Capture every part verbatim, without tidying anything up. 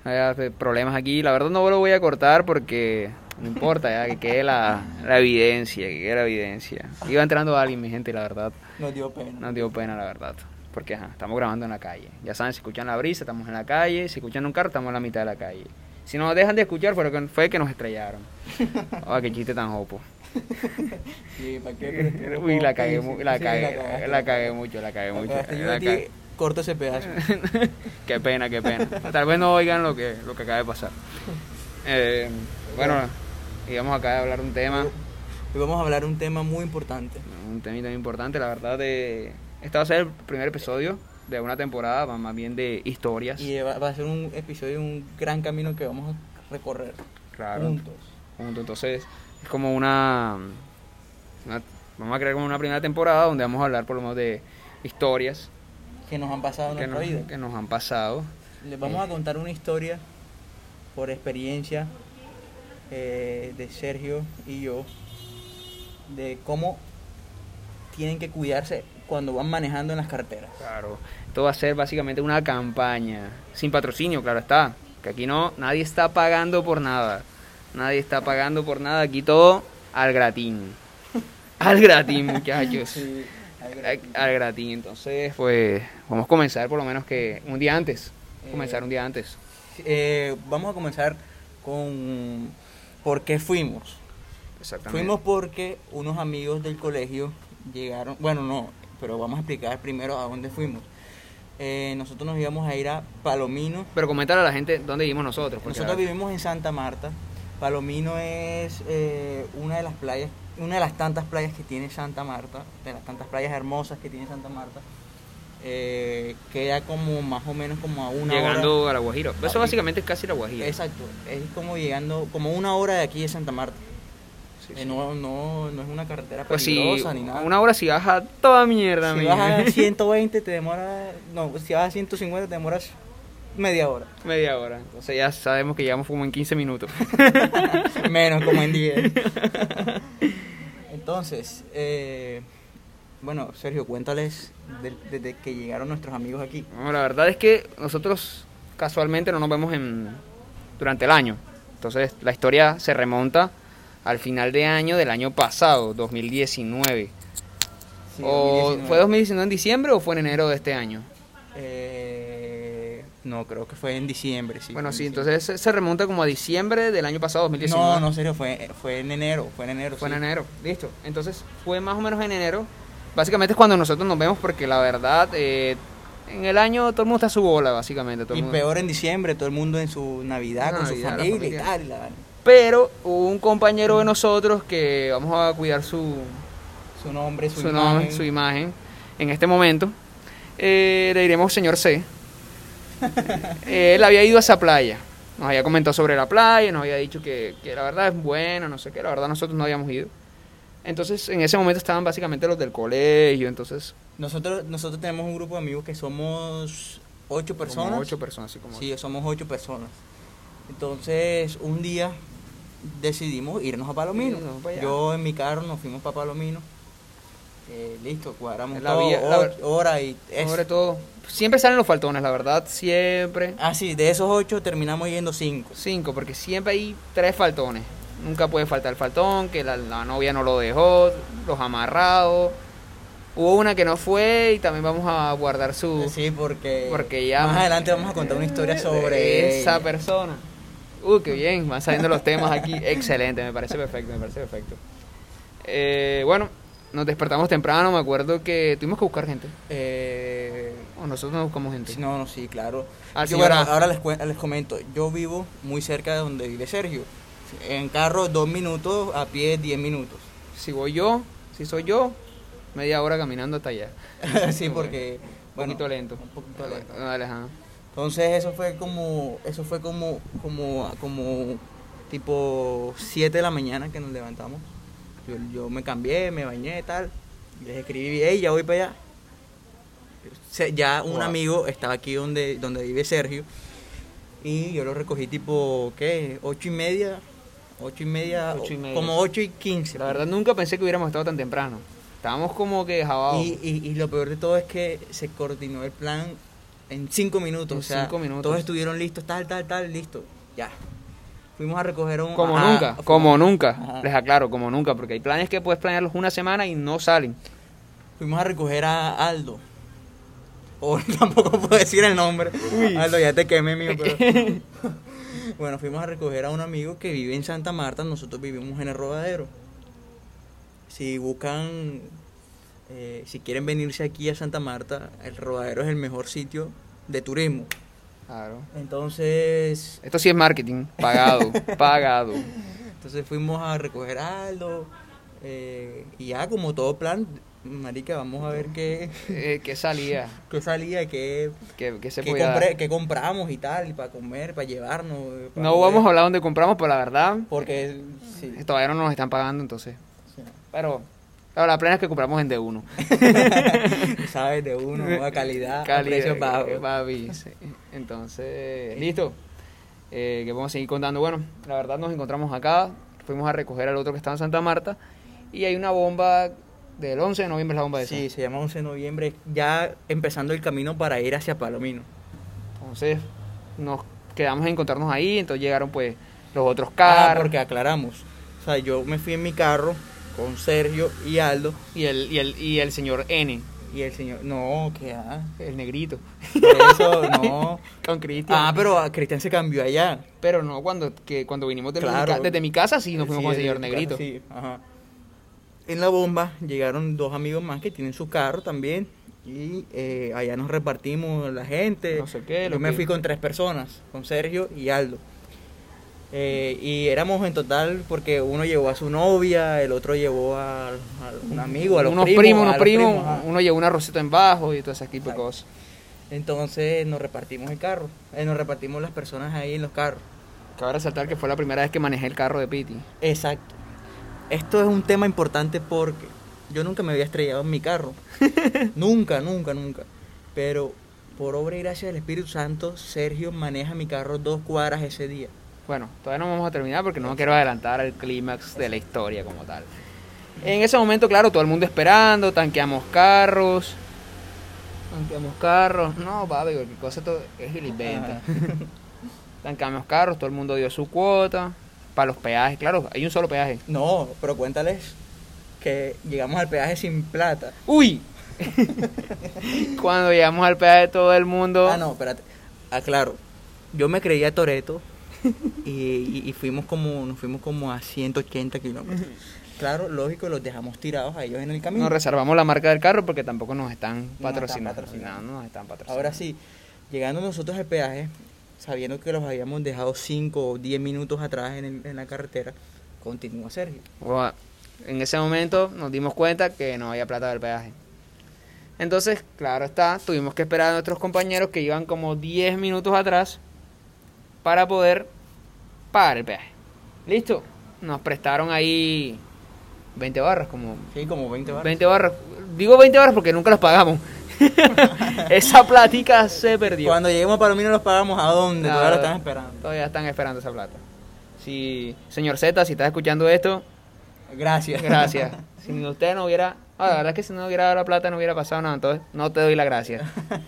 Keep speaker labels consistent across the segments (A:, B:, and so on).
A: Hay problemas aquí. La verdad no lo voy a cortar porque no importa, ya que quede la, la evidencia, que quede la evidencia. Iba entrando alguien, mi gente, la verdad.
B: Nos dio pena.
A: Nos dio pena, la verdad. Porque ajá, estamos grabando en la calle. Ya saben, si escuchan la brisa, estamos en la calle. Si escuchan un carro, estamos en la mitad de la calle. Si nos dejan de escuchar, fue que, fue que nos estrellaron. Oh, qué chiste tan jopo.
B: Sí, ¿para qué?
A: Uy, la cagué, mu- la
B: Sí,
A: cagué,
B: la cagaste.
A: la cagué mucho, la cagué
B: La
A: mucho.
B: cagaste. Yo
A: La
B: a ti
A: ca-
B: corto ese pedazo.
A: Qué pena, qué pena. Tal vez no oigan lo que, lo que acaba de pasar. Eh, bueno, íbamos acá a hablar de un tema,
B: Hoy vamos a hablar de un tema muy importante.
A: un temita muy importante, la verdad. De, este va a ser el primer episodio de una temporada, va más bien de historias.
B: Y va, va a ser un episodio, un gran camino que vamos a recorrer
A: Claro.
B: juntos.
A: Juntos. Entonces, es como una, una- Vamos a crear como una primera temporada donde vamos a hablar por lo menos de historias
B: Que nos han pasado en
A: que
B: nuestra
A: nos,
B: vida.
A: que nos han pasado.
B: Les vamos a contar una historia por experiencia eh, de Sergio y yo, de cómo tienen que cuidarse cuando van manejando en las carreteras.
A: Claro, esto va a ser básicamente una campaña, sin patrocinio, claro está, que aquí no, nadie está pagando por nada, nadie está pagando por nada, aquí todo al gratín, al gratín muchachos,
B: Sí,
A: al, al gratín. Entonces pues vamos a comenzar por lo menos que un día antes, comenzar un día antes.
B: Eh, vamos a comenzar con por qué fuimos.
A: Exactamente.
B: Fuimos porque unos amigos del colegio llegaron, bueno no, pero vamos a explicar primero a dónde fuimos. Eh, nosotros nos íbamos a ir a Palomino.
A: Pero comentar a la gente dónde vivimos nosotros. porque
B: Nosotros
A: la-
B: vivimos en Santa Marta. Palomino es eh, una de las playas, una de las tantas playas que tiene Santa Marta, de las tantas playas hermosas que tiene Santa Marta. Eh, queda como más o menos como a una
A: llegando
B: hora.
A: a La Guajira. Eso
B: Ahí.
A: básicamente es casi La Guajira.
B: Exacto, es como llegando, como una hora de aquí de Santa Marta.
A: Sí,
B: Eh,
A: sí.
B: no, no, no es una carretera
A: Pues si
B: peligrosa ni nada.
A: una hora si baja toda mierda,
B: Si
A: mija.
B: vas a ciento veinte te demora, no, si vas a ciento cincuenta te demoras media hora.
A: Media hora. Entonces ya sabemos que llegamos como en quince minutos.
B: Menos, como en diez. Entonces, eh, bueno, Sergio, cuéntales de- desde que llegaron nuestros amigos aquí.
A: Bueno, la verdad es que nosotros casualmente no nos vemos en durante el año. Entonces la historia se remonta al final de año del año pasado, dos mil diecinueve.
B: Sí,
A: o,
B: dos mil diecinueve.
A: ¿Fue dos mil diecinueve en diciembre o fue en enero de este año?
B: Eh, no, creo que fue en diciembre. Sí,
A: Bueno,
B: fue en
A: sí,
B: diciembre.
A: entonces se- se remonta como a diciembre del año pasado, dos mil diecinueve.
B: No, no, Sergio, fue, fue en enero, fue en enero.
A: Fue
B: sí.
A: en enero, listo. Entonces fue más o menos en enero. Básicamente es cuando nosotros nos vemos porque la verdad, eh, en el año todo el mundo está a su bola, básicamente. Todo el
B: Y
A: mundo.
B: peor en diciembre, todo el mundo en su Navidad, con su
A: Navidad, la
B: familia,
A: familia.
B: y tal. y la vaina.
A: Pero hubo un compañero de nosotros que vamos a cuidar su,
B: Su nombre, su,
A: su,
B: imagen.
A: nombre, su imagen en este momento. Eh, le diremos señor C. Eh, él había ido a esa playa. Nos había comentado sobre la playa, nos había dicho que, que la verdad es buena, no sé qué. La verdad nosotros no habíamos ido. Entonces en ese momento estaban básicamente los del colegio. Entonces
B: Nosotros, nosotros tenemos un grupo de amigos que somos ocho personas.
A: como ocho personas, así como
B: Sí, somos ocho personas. Entonces, un día decidimos irnos a Palomino.
A: Sí, nos vamos para allá.
B: Yo en mi carro nos fuimos para Palomino. Eh, listo, cuadramos
A: La
B: todo,
A: vía- la ver-
B: ocho horas y eso.
A: sobre todo. Siempre salen los faltones, la verdad, siempre.
B: Ah, sí, de esos ocho terminamos yendo cinco.
A: Cinco, porque siempre hay tres faltones. Nunca puede faltar el faltón, que la, la novia no lo dejó, los amarrados. Hubo una que no fue y también vamos a guardar su...
B: Sí, porque,
A: porque ya...
B: más adelante vamos a contar una historia sobre
A: esa
B: ella.
A: persona. Uy, qué bien, van saliendo los temas aquí. Excelente, me parece perfecto, me parece perfecto. Eh, bueno, nos despertamos temprano, me acuerdo que tuvimos que buscar gente.
B: Eh,
A: O nosotros no buscamos gente.
B: sí, no, no, sí, claro.
A: Al
B: Yo,
A: señor
B: bueno,
A: A.
B: ahora les, cuen- les comento, yo vivo muy cerca de donde vive Sergio. En carro dos minutos, a pie diez minutos.
A: Si voy yo, si soy yo, media hora caminando hasta allá.
B: Sí, porque
A: Un
B: bueno,
A: poquito lento.
B: un poquito lento.
A: Dale, ajá.
B: Entonces eso fue como, eso fue como, como, como tipo siete de la mañana que nos levantamos. Yo, yo me cambié, me bañé y tal. Y les escribí, hey, ya voy para allá. Se- Ya un
A: Wow.
B: amigo estaba aquí donde, donde vive Sergio. Y yo lo recogí tipo, ¿qué? Ocho y media. Ocho y media.
A: Ocho y media.
B: Como ocho y quince.
A: La verdad nunca pensé que hubiéramos estado tan temprano. Estábamos como que jabados.
B: Y, y, y lo peor de todo es que se coordinó el plan en cinco minutos.
A: En
B: o sea,
A: cinco minutos.
B: Todos estuvieron listos, tal, tal, tal, listo. Ya. Fuimos a recoger un...
A: Como
B: ajá,
A: nunca,
B: fuimos-
A: como nunca.
B: ajá.
A: Les aclaro, como nunca, porque hay planes que puedes planearlos una semana y no salen.
B: Fuimos a recoger a Aldo. O tampoco puedo decir el nombre. Aldo, ya te quemé, mío, pero... Bueno, fuimos a recoger a un amigo que vive en Santa Marta. Nosotros vivimos en el Rodadero. Si buscan... eh, si quieren venirse aquí a Santa Marta, el Rodadero es el mejor sitio de turismo.
A: Claro.
B: Entonces...
A: Esto sí es marketing, pagado, pagado.
B: Entonces fuimos a recoger a Aldo. eh, y ya, como todo plan, marica, vamos a ver qué,
A: Eh, ¿Qué salía?
B: qué salía, qué...
A: ¿Qué, qué se
B: ¿Qué,
A: podía
B: compré-
A: dar?
B: qué compramos y tal, y para comer, para llevarnos? eh, para
A: No
B: mover?
A: vamos a hablar dónde compramos, pero la verdad,
B: Porque, sí.
A: todavía no nos están pagando, entonces.
B: sí.
A: Pero la la plena es que compramos en D uno.
B: ¿Sabes? De uno, nueva calidad,
A: Calidad,
B: a precios bajos.
A: eh, papi, sí. Entonces, listo. Eh, que vamos a seguir contando. Bueno, la verdad nos encontramos acá, fuimos a recoger al otro que estaba en Santa Marta y hay una bomba del once de noviembre, es la bomba de esa.
B: Sí, se llama once de noviembre, ya empezando el camino para ir hacia Palomino.
A: Entonces nos quedamos a encontrarnos ahí, entonces llegaron pues los otros
B: Ah,
A: carros
B: porque aclaramos. O sea, yo me fui en mi carro con Sergio y Aldo
A: y el, y el y el señor N,
B: y el señor... No, que ah,
A: el negrito,
B: por eso, no.
A: con Cristian.
B: Ah, pero a Cristian se cambió allá.
A: Pero no cuando que cuando vinimos de
B: Claro.
A: mi ca- desde mi casa sí nos fuimos
B: Sí,
A: con el
B: de-
A: señor
B: de-
A: negrito.
B: Sí, ajá. En la bomba llegaron dos amigos más que tienen su carro también. Y eh, allá nos repartimos la gente.
A: No sé qué,
B: Yo
A: lo
B: me
A: que-
B: fui con tres personas, con Sergio y Aldo. Eh, y éramos en total porque uno llevó a su novia, el otro llevó a, a un amigo, a los
A: unos
B: primos.
A: primos,
B: a
A: unos
B: los
A: primos,
B: ajá.
A: uno llevó una roseta en bajo y todo ese tipo de
B: Exacto.
A: cosas.
B: Entonces nos repartimos el carro. Eh, nos repartimos las personas ahí en los carros.
A: Cabe resaltar que fue la primera vez que manejé el carro de Piti.
B: Exacto. Esto es un tema importante porque yo nunca me había estrellado en mi carro. nunca, nunca, nunca. Pero por obra y gracia del Espíritu Santo, Sergio maneja mi carro dos cuadras ese día.
A: Bueno, todavía no vamos a terminar porque no quiero adelantar el clímax de la historia como tal. En ese momento, claro, todo el mundo esperando, tanqueamos carros. Tanqueamos carros. No, papi, cualquier cosa todo es giliventa. Tanqueamos carros, todo el mundo dio su cuota. Para los peajes, claro, hay un solo peaje.
B: No, pero cuéntales que llegamos al peaje sin plata.
A: ¡Uy! Cuando llegamos al peaje todo el mundo...
B: Ah, no, espérate. Aclaro. Yo me creía Toreto y, y, y fuimos como nos fuimos como a ciento ochenta kilómetros. Claro, lógico, los dejamos tirados a ellos en el camino.
A: Nos reservamos la marca del carro porque tampoco nos están
B: están
A: patrocinando.
B: patrocinando.
A: No, no nos están patrocinando.
B: Ahora sí, llegando nosotros al peaje, sabiendo que los habíamos dejado cinco o diez minutos atrás en, el- en la carretera, continúa Sergio.
A: Ua- En ese momento nos dimos cuenta que no había plata del peaje. Entonces, claro está, tuvimos que esperar a nuestros compañeros que iban como diez minutos atrás para poder pagar el peaje. ¿Listo? Nos prestaron ahí veinte barras, como
B: Sí, como veinte barras.
A: veinte barras. Digo veinte barras porque nunca los pagamos. Esa platica se perdió.
B: Cuando lleguemos a Palomino los pagamos a dónde,
A: No,
B: todavía lo están esperando.
A: Todavía están esperando esa plata. Si, señor Z, si estás escuchando esto,
B: Gracias.
A: gracias. Si usted no hubiera... Ah, la verdad es que si no hubiera dado la plata no hubiera pasado nada, entonces no te doy la gracia.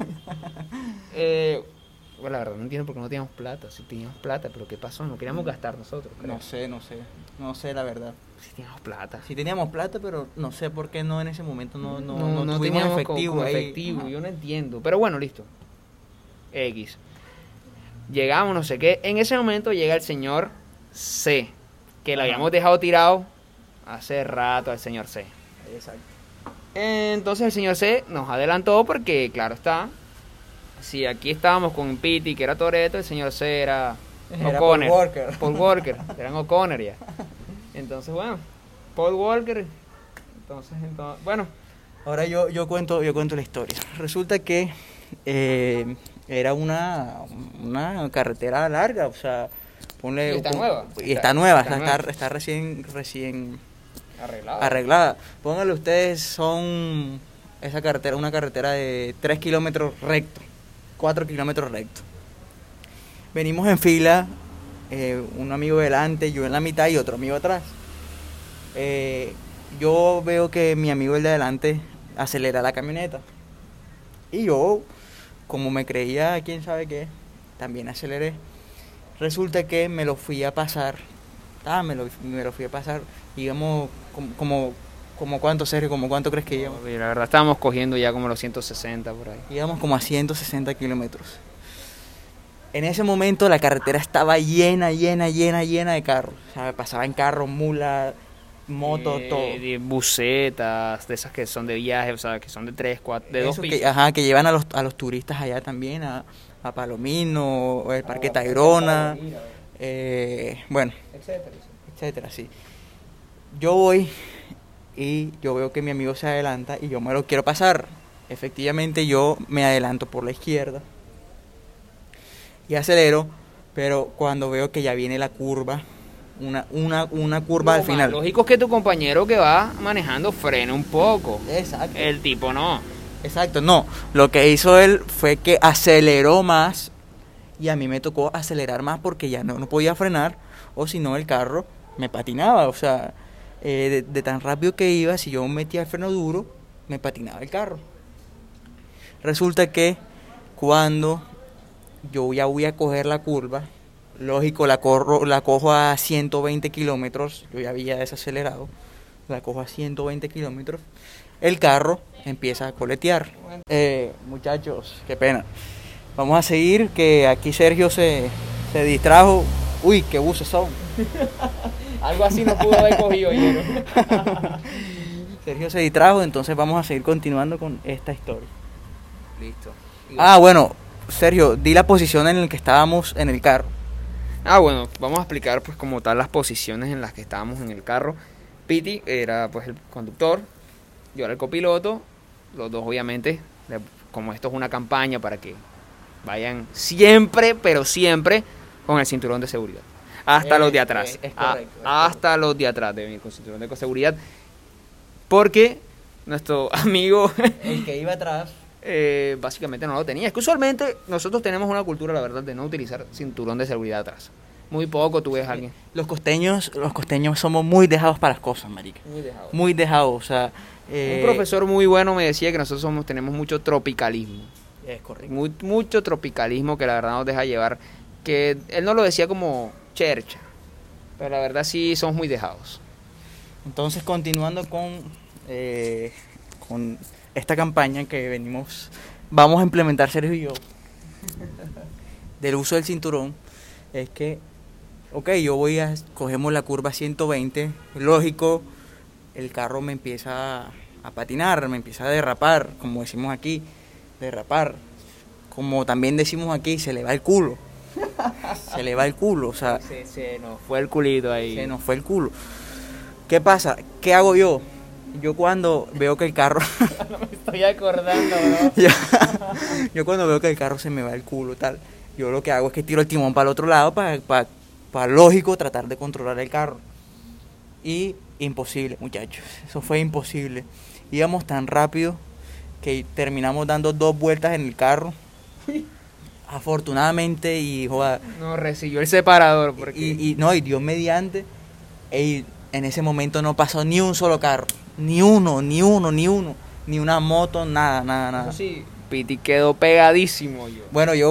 A: Eh, bueno, la verdad no entiendo por qué no teníamos plata. Si teníamos plata, pero ¿qué pasó? No queríamos gastar nosotros. creo.
B: No sé, no sé, no sé la verdad.
A: Si teníamos plata.
B: Sí teníamos plata, pero no sé por qué no en ese momento no, no,
A: no,
B: no,
A: no
B: tuvimos
A: teníamos
B: efectivo
A: como, como
B: ahí.
A: efectivo, yo no entiendo. Pero bueno, listo. X. Llegamos, no sé qué. En ese momento llega el señor C, que lo
B: Ajá.
A: habíamos dejado tirado hace rato al señor C.
B: Exacto.
A: Entonces el señor C nos adelantó porque, claro está, si aquí estábamos con Piti, que era Toreto, el señor C era
B: Era
A: O'Connor.
B: Paul Walker.
A: Paul Walker, eran O'Connor ya. Entonces, bueno, Paul Walker. Entonces, entonces bueno,
B: Ahora yo, yo cuento yo cuento la historia. Resulta que eh, era una, una carretera larga, o sea, ponle...
A: Y está
B: un-
A: nueva.
B: Y está, nueva,
A: está
B: está,
A: nueva.
B: está- está recién, recién
A: arreglado.
B: arreglada. Pónganle ustedes, son esa carretera, una carretera de tres kilómetros recto, cuatro kilómetros recto. Venimos en fila, eh, un amigo delante, yo en la mitad y otro amigo atrás. Eh, yo veo que mi amigo el de adelante acelera la camioneta. Y yo, como me creía, quién sabe qué, también aceleré. Resulta que me lo fui a pasar, ah, me lo, me lo fui a pasar, digamos, como, como, como cuánto, Sergio, como cuánto crees que íbamos.
A: La verdad estábamos cogiendo ya como los ciento sesenta por ahí.
B: Íbamos como a ciento sesenta kilómetros. En ese momento la carretera estaba llena, llena, llena, llena de carros. O sea, pasaban carros, mulas, motos,
A: Eh,
B: todo.
A: de busetas, de esas que son de viaje, o sea, que son de tres, cuatro, de dos
B: Eso
A: pisos.
B: que, ajá, que llevan a los, a los turistas allá también, a, a Palomino, o el Parque Tayrona, eh, bueno,
A: etcétera.
B: etcétera, sí. Yo voy y yo veo que mi amigo se adelanta y yo me lo quiero pasar. Efectivamente yo me adelanto por la izquierda y acelero, pero cuando veo que ya viene la curva, una, una, una curva
A: Lo
B: al final.
A: más lógico es que tu compañero que va manejando frene un poco.
B: Exacto.
A: El tipo no.
B: Exacto, no. Lo que hizo él fue que aceleró más y a mí me tocó acelerar más porque ya no, no podía frenar o si no el carro me patinaba. O sea, eh, de, de tan rápido que iba, si yo metía el freno duro, me patinaba el carro. Resulta que cuando yo ya voy a coger la curva, lógico, la, corro, la cojo a ciento veinte kilómetros, yo ya había desacelerado, la cojo a ciento veinte kilómetros, el carro empieza a coletear. Eh, muchachos, qué pena. Vamos a seguir, que aquí Sergio se, se distrajo. Uy, qué buses son.
A: Algo así no pudo haber cogido yo.
B: Sergio se distrajo, entonces vamos a seguir continuando con esta historia.
A: Listo.
B: Ah, bueno, Sergio, di la posición en la que estábamos en el carro.
A: Ah, bueno, vamos a explicar pues como tal las posiciones en las que estábamos en el carro. Piti era pues el conductor, yo era el copiloto, los dos obviamente, como esto es una campaña para que vayan siempre, pero siempre con el cinturón de seguridad. Hasta
B: Eh,
A: los de atrás.
B: eh, es
A: A-
B: correcto, es
A: hasta
B: correcto.
A: los de atrás deben ir con cinturón de seguridad. Porque nuestro amigo
B: El que iba atrás.
A: eh, básicamente no lo tenía. Es que usualmente nosotros tenemos una cultura, la verdad, de no utilizar cinturón de seguridad atrás. Muy poco tú ves a alguien.
B: Los costeños, los costeños somos muy dejados para las cosas, marica.
A: Muy dejado.
B: Muy dejados, o sea. eh,
A: Un profesor muy bueno me decía que nosotros somos, tenemos mucho tropicalismo.
B: Es correcto.
A: Muy, mucho tropicalismo que la verdad nos deja llevar. Que él no lo decía como chercha, pero la verdad sí somos muy dejados.
B: Entonces, continuando con, eh, con esta campaña que venimos, vamos a implementar Sergio y yo, del uso del cinturón, es que, ok, yo voy a, cogemos la curva ciento veinte, lógico, el carro me empieza a, a patinar, me empieza a derrapar, como decimos aquí, derrapar, como también decimos aquí, se le va el culo, se le va el culo, o sea,
A: Se, se nos fue el culito ahí.
B: se nos fue el culo. ¿Qué pasa? ¿Qué hago yo? Yo cuando veo que el carro...
A: No me estoy acordando, bro.
B: yo, yo cuando veo que el carro se me va el culo, tal, yo lo que hago es que tiro el timón para el otro lado para, para, para lógico, tratar de controlar el carro. Y imposible, muchachos. Eso fue imposible. Íbamos tan rápido que terminamos dando dos vueltas en el carro. Afortunadamente, y joda,
A: Nos recibió el separador. Porque...
B: y, y no, y Dios mediante, ey, en ese momento no pasó ni un solo carro, ni uno, ni uno, ni uno, ni una moto, nada, nada, nada.
A: Eso sí, Piti quedó pegadísimo yo.
B: Bueno, yo,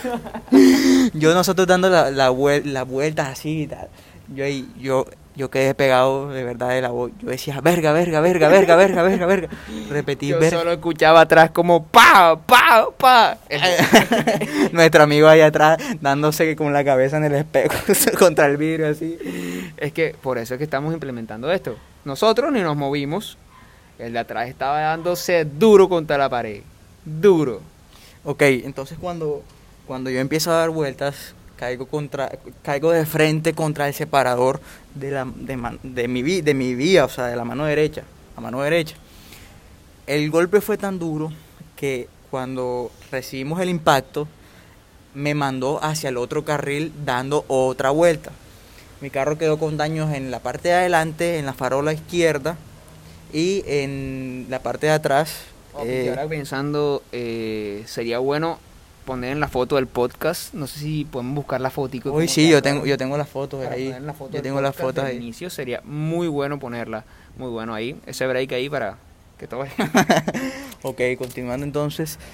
B: yo nosotros dando la, la vuel- las vueltas así y tal, yo, ahí- yo, yo quedé pegado de verdad de la voz. Yo decía, verga, verga, verga, verga, verga, verga, verga. Repetí,
A: Yo
B: verga.
A: solo escuchaba atrás como pa, pa, pa.
B: Nuestro amigo allá atrás dándose con la cabeza en el espejo contra el vidrio así.
A: Es que por eso es que estamos implementando esto. Nosotros ni nos movimos. El de atrás estaba dándose duro contra la pared. Duro.
B: Ok, entonces cuando, cuando yo empiezo a dar vueltas, caigo contra, caigo de frente contra el separador de la de, man- de mi vi- de mi vía, o sea, de la mano derecha, la mano derecha. El golpe fue tan duro que cuando recibimos el impacto me mandó hacia el otro carril dando otra vuelta. Mi carro quedó con daños en la parte de adelante, en la farola izquierda y en la parte de atrás.
A: Oh,
B: eh,
A: y ahora pensando, eh, sería bueno poner en la foto del podcast. No sé si podemos buscar la fotico.
B: Uy,
A: como
B: sí,
A: tal,
B: yo
A: para-
B: tengo, yo tengo las fotos
A: para
B: ahí.
A: poner la foto
B: Yo
A: del
B: tengo las
A: podcast
B: fotos
A: del
B: ahí.
A: inicio sería muy bueno ponerla. Muy bueno ahí. Ese break ahí para que todo.
B: Ok, continuando entonces.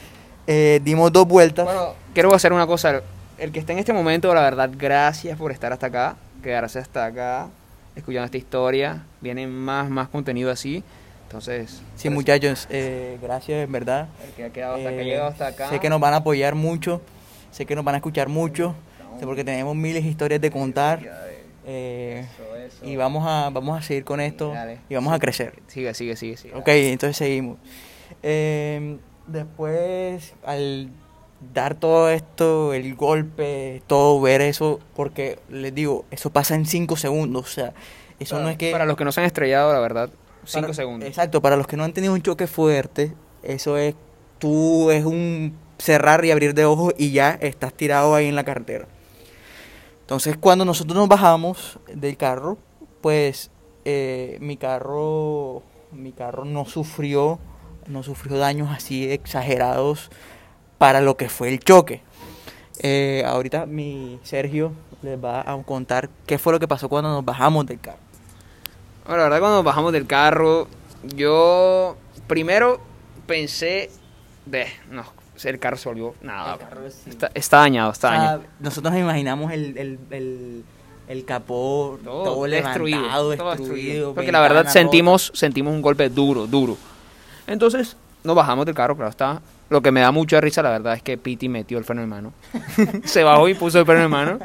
B: eh, dimos dos vueltas.
A: Bueno, quiero hacer una cosa. El que esté en este momento, la verdad, gracias por estar hasta acá, quedarse hasta acá, escuchando esta historia. Viene más, más contenido así. Entonces,
B: Sí, muchachos, eh, gracias, en verdad.
A: el que ha quedado hasta acá,
B: Eh,
A: ha llegado hasta acá.
B: Sé que nos van a apoyar mucho, sé que nos van a escuchar mucho, sé porque tenemos miles de historias de contar. eh,
A: Eso, eso.
B: y vamos a, vamos a seguir con esto
A: Dale.
B: y vamos a crecer.
A: Sigue, sigue, sigue, sigue.
B: Ok, entonces seguimos. Eh, después, al dar todo esto, el golpe, todo, ver eso, porque les digo, eso pasa en cinco segundos, o sea, eso
A: Para-
B: no es que...
A: Para los que no se han estrellado, la verdad, cinco
B: para-
A: segundos.
B: Exacto, para los que no han tenido un choque fuerte, eso es, tú es un cerrar y abrir de ojos y ya estás tirado ahí en la carretera. Entonces, cuando nosotros nos bajamos del carro, pues eh, mi carro, mi carro no sufrió, no sufrió daños así exagerados para lo que fue el choque. Eh, ahorita mi Sergio les va a contar qué fue lo que pasó cuando nos bajamos del carro.
A: Bueno, la verdad, cuando bajamos del carro, yo primero pensé, de, no, el carro se volvió nada.
B: El carro sí.
A: Está, está dañado, está
B: O sea,
A: dañado.
B: nosotros nos imaginamos el, el, el, el capó todo,
A: destruido,
B: levantado,
A: todo
B: destruido.
A: Porque la verdad
B: ventana
A: sentimos, sentimos un golpe duro, duro. Entonces, nos bajamos del carro, claro está. Lo que me da mucha risa, la verdad, es que Piti metió el freno de mano. Se bajó y puso el freno de mano.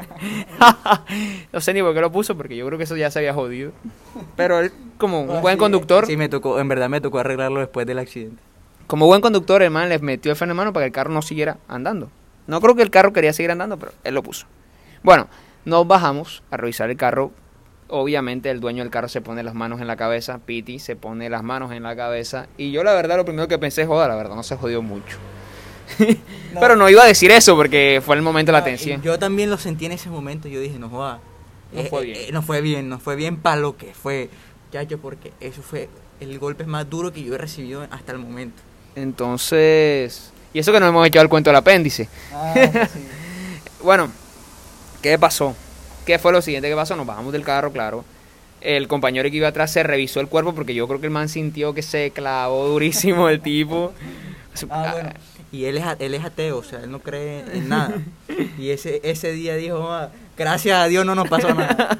A: No sé ni por qué lo puso, porque yo creo que eso ya se había jodido. Pero él, como un
B: rota.
A: buen
B: Sí,
A: conductor,
B: Sí, me tocó, en verdad me tocó arreglarlo después del accidente.
A: como buen conductor, el man les metió el freno de mano para que el carro no siguiera andando. No creo que el carro quería seguir andando, pero él lo puso. Bueno, nos bajamos a revisar el carro. Obviamente el dueño del carro se pone las manos en la cabeza, Piti se pone las manos en la cabeza. Y yo la verdad lo primero que pensé, joda, la verdad no se jodió mucho.
B: No.
A: Pero no iba a decir eso porque fue el momento de la
B: No,
A: tensión.
B: Yo también lo sentí en ese momento. Yo dije, no joda.
A: No
B: eh,
A: fue
B: eh,
A: bien.
B: eh, no fue bien, no fue bien para lo que fue, chacho, porque eso fue el golpe más duro que yo he recibido hasta el momento.
A: Entonces, y eso que no hemos echado el cuento del apéndice.
B: Ah, sí.
A: Bueno, ¿qué pasó? ¿Qué fue lo siguiente que pasó? Nos bajamos del carro, claro. El compañero que iba atrás se revisó el cuerpo porque yo creo que el man sintió que se clavó durísimo el tipo.
B: Ah, bueno. Y él es, a- él es ateo, o sea, él no cree en nada. Y ese, ese día dijo, "Ah, gracias a Dios no nos pasó nada".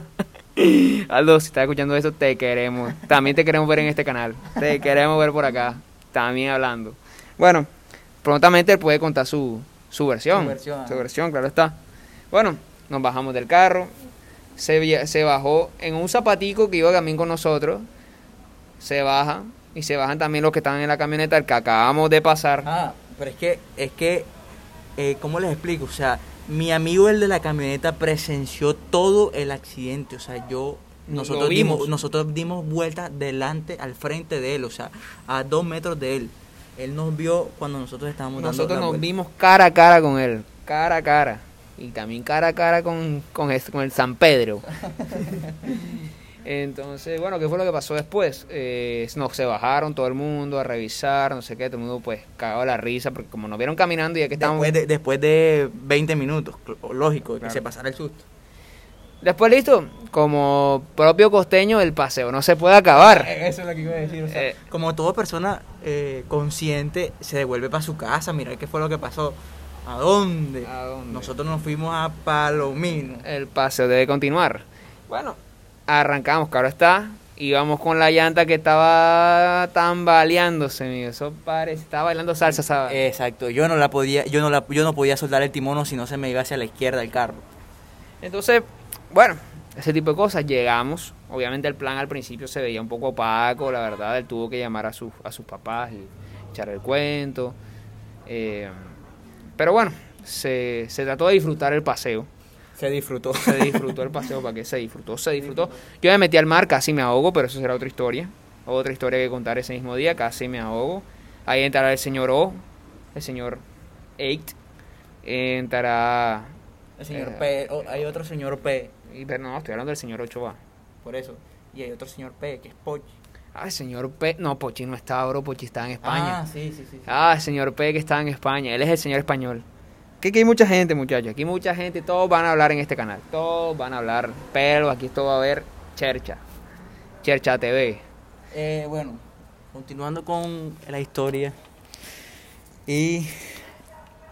A: Aldo, si estás escuchando eso, te queremos. También te queremos ver en este canal. Te queremos ver por acá. También hablando. Bueno, prontamente él puede contar su, su versión.
B: Su versión, ajá.
A: Su versión, claro está. Bueno, nos bajamos del carro. Se, vi- se bajó en un zapatico que iba también con nosotros. Se baja. Y se bajan también los que estaban en la camioneta, el que acabamos de pasar.
B: Ah, pero es que, es que, eh, ¿cómo les explico? O sea, mi amigo el de la camioneta presenció todo el accidente, o sea, yo,
A: Lo
B: nosotros
A: vimos.
B: dimos, nosotros dimos vueltas delante, al frente de él, o sea, a dos metros de él. Él nos vio cuando nosotros estábamos dando
A: Nosotros
B: la
A: nos
B: vuelta.
A: vimos cara a cara con él. Cara a cara. Y también cara a cara con, con, este- con el San Pedro. Entonces, bueno, ¿qué fue lo que pasó después? Eh, no, se bajaron todo el mundo a revisar, no sé qué, todo el mundo pues cagado de la risa, porque como nos vieron caminando y ya que estábamos...
B: Después de, después de veinte minutos, cl- lógico,
A: Claro.
B: que se pasara el susto.
A: Después, listo, como propio costeño, el paseo no se puede acabar.
B: Eh, Eso es lo que iba a decir, o sea,
A: Eh.
B: como toda persona eh, consciente se devuelve para su casa, mirar qué fue lo que pasó. ¿A dónde?
A: ¿A dónde?
B: Nosotros nos fuimos a Palomino.
A: El paseo debe continuar. Bueno, arrancamos, claro está. Íbamos con la llanta que estaba tambaleándose, amigo. Eso parece, estaba bailando salsa, ¿sabes?
B: Exacto, yo no la podía, yo no la, yo no podía soltar el timón si no se me iba hacia la izquierda el carro.
A: Entonces, bueno, ese tipo de cosas. Llegamos. Obviamente el plan al principio se veía un poco opaco, la verdad. Él tuvo que llamar a, sus a sus papás y echar el cuento. Eh, pero bueno, se, se trató de disfrutar el paseo.
B: Se disfrutó.
A: Se disfrutó el paseo, ¿para qué se disfrutó? Se disfrutó. Yo me metí al mar, casi me ahogo, pero eso será otra historia. Otra historia que contar ese mismo día, casi me ahogo. Ahí entrará el señor O, el señor Eight. Entrará...
B: El señor
A: Eh,
B: P, oh, hay otro señor P,
A: y, pero no, estoy hablando del señor Ochoa.
B: por eso. Y hay otro señor P, que es Poch.
A: Ah, el señor P. No, Pochi no estaba, bro. Pochi estaba en España.
B: Ah, sí, sí, sí. sí.
A: Ah, el señor P que está en España. Él es el señor español. Que aquí hay mucha gente, muchachos. Aquí hay mucha gente. Todos van a hablar en este canal. Todos van a hablar. Pero aquí esto va a haber Chercha. Chercha T V.
B: Eh, bueno, continuando con la historia. Y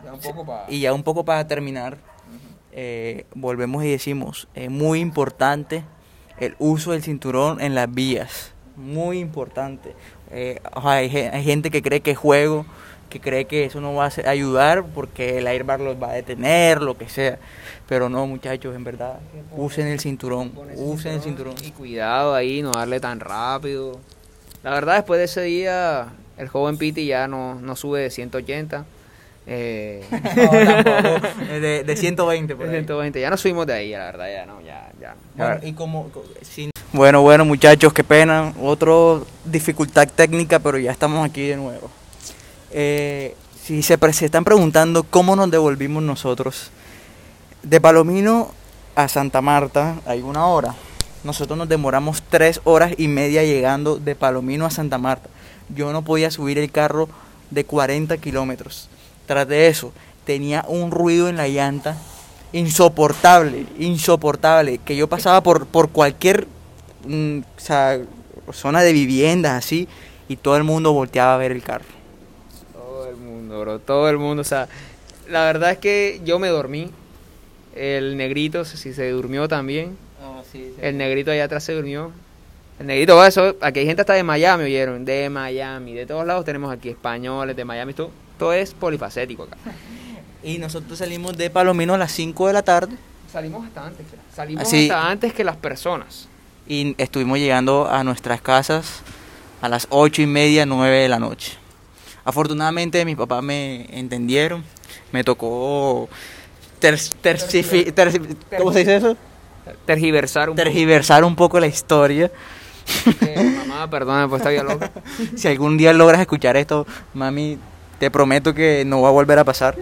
A: Ya un poco para...
B: Y ya un poco para terminar, eh, volvemos y decimos, es muy importante el uso del cinturón en las vías, muy importante. Eh, o sea, hay, ge- hay gente que cree que es juego, que cree que eso no va a hacer- ayudar porque el airbag los va a detener, lo que sea. Pero no, muchachos, en verdad, usen el cinturón, usen el cinturón.
A: Y cuidado ahí, no darle tan rápido. La verdad, después de ese día, el joven Piti ya no, no sube de ciento ochenta. Eh,
B: No, tampoco, de, de ciento veinte por
A: de
B: ahí.
A: ciento veinte. Ya no subimos de ahí, la verdad, ya no, ya, ya.
B: Bueno, y como, co- sin- bueno, bueno, muchachos, qué pena. Otra dificultad técnica, pero ya estamos aquí de nuevo. Eh, si se, pre- se están preguntando cómo nos devolvimos nosotros, de Palomino a Santa Marta hay una hora. Nosotros nos demoramos tres horas y media llegando de Palomino a Santa Marta. Yo no podía subir el carro de cuarenta kilómetros. Tras de eso, tenía un ruido en la llanta insoportable, insoportable, que yo pasaba por, por cualquier mm, o sea, zona de viviendas así y todo el mundo volteaba a ver el carro.
A: Todo el mundo, bro, todo el mundo. O sea, la verdad es que yo me dormí. El negrito, si se durmió también. El negrito allá atrás se durmió. El negrito, oh, eso, aquí hay gente hasta de Miami, oyeron, de Miami, de todos lados tenemos aquí españoles, de Miami, todo, todo es polifacético acá.
B: Y nosotros salimos de Palomino a las cinco de la tarde
A: Salimos hasta antes, salimos
B: Así-
A: hasta antes que las personas.
B: y estuvimos llegando a nuestras casas a las ocho y media, nueve de la noche. Afortunadamente mis papás me entendieron, me tocó ter, tercifi- ter- ¿cómo se dice eso?
A: Tergiversar un
B: Tergiversar un poco la historia.
A: poco. Eh, mamá, perdóname, pues está bien loca.
B: Si algún día logras escuchar esto, mami, te prometo que no va a volver a pasar.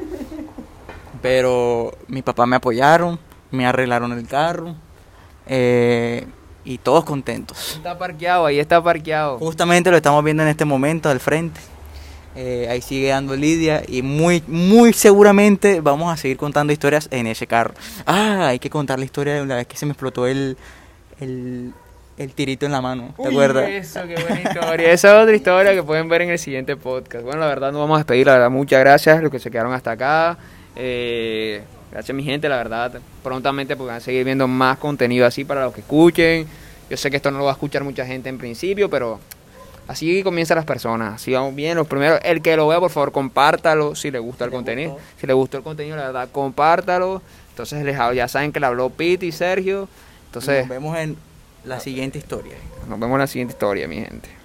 B: Pero mis papás me apoyaron, me arreglaron el carro eh, y todos contentos.
A: Está parqueado, ahí está parqueado.
B: Justamente lo estamos viendo en este momento al frente. Eh, ahí sigue dando Lidia y muy, muy seguramente vamos a seguir contando historias en ese carro. Ah, hay que contar la historia de una vez que se me explotó el, el, el tirito en la mano. ¿Te
A: Uy,
B: acuerdas?
A: Eso, qué buena historia. Esa es otra historia que pueden ver en el siguiente podcast. Bueno, la verdad nos vamos a despedir, la verdad, muchas gracias a los que se quedaron hasta acá. Eh, gracias mi gente, la verdad, prontamente pues van a seguir viendo más contenido así para los que escuchen. Yo sé que esto no lo va a escuchar mucha gente en principio, pero así comienzan las personas, así vamos bien. Los primeros, el que lo vea, por favor, compártalo si le gusta el
B: le
A: contenido.
B: gustó.
A: Si le gustó el contenido, la verdad, compártalo. Entonces les hablo, ya saben que le habló Pete y Sergio. Entonces,
B: Nos vemos en la siguiente historia.
A: nos vemos en la siguiente historia, mi gente.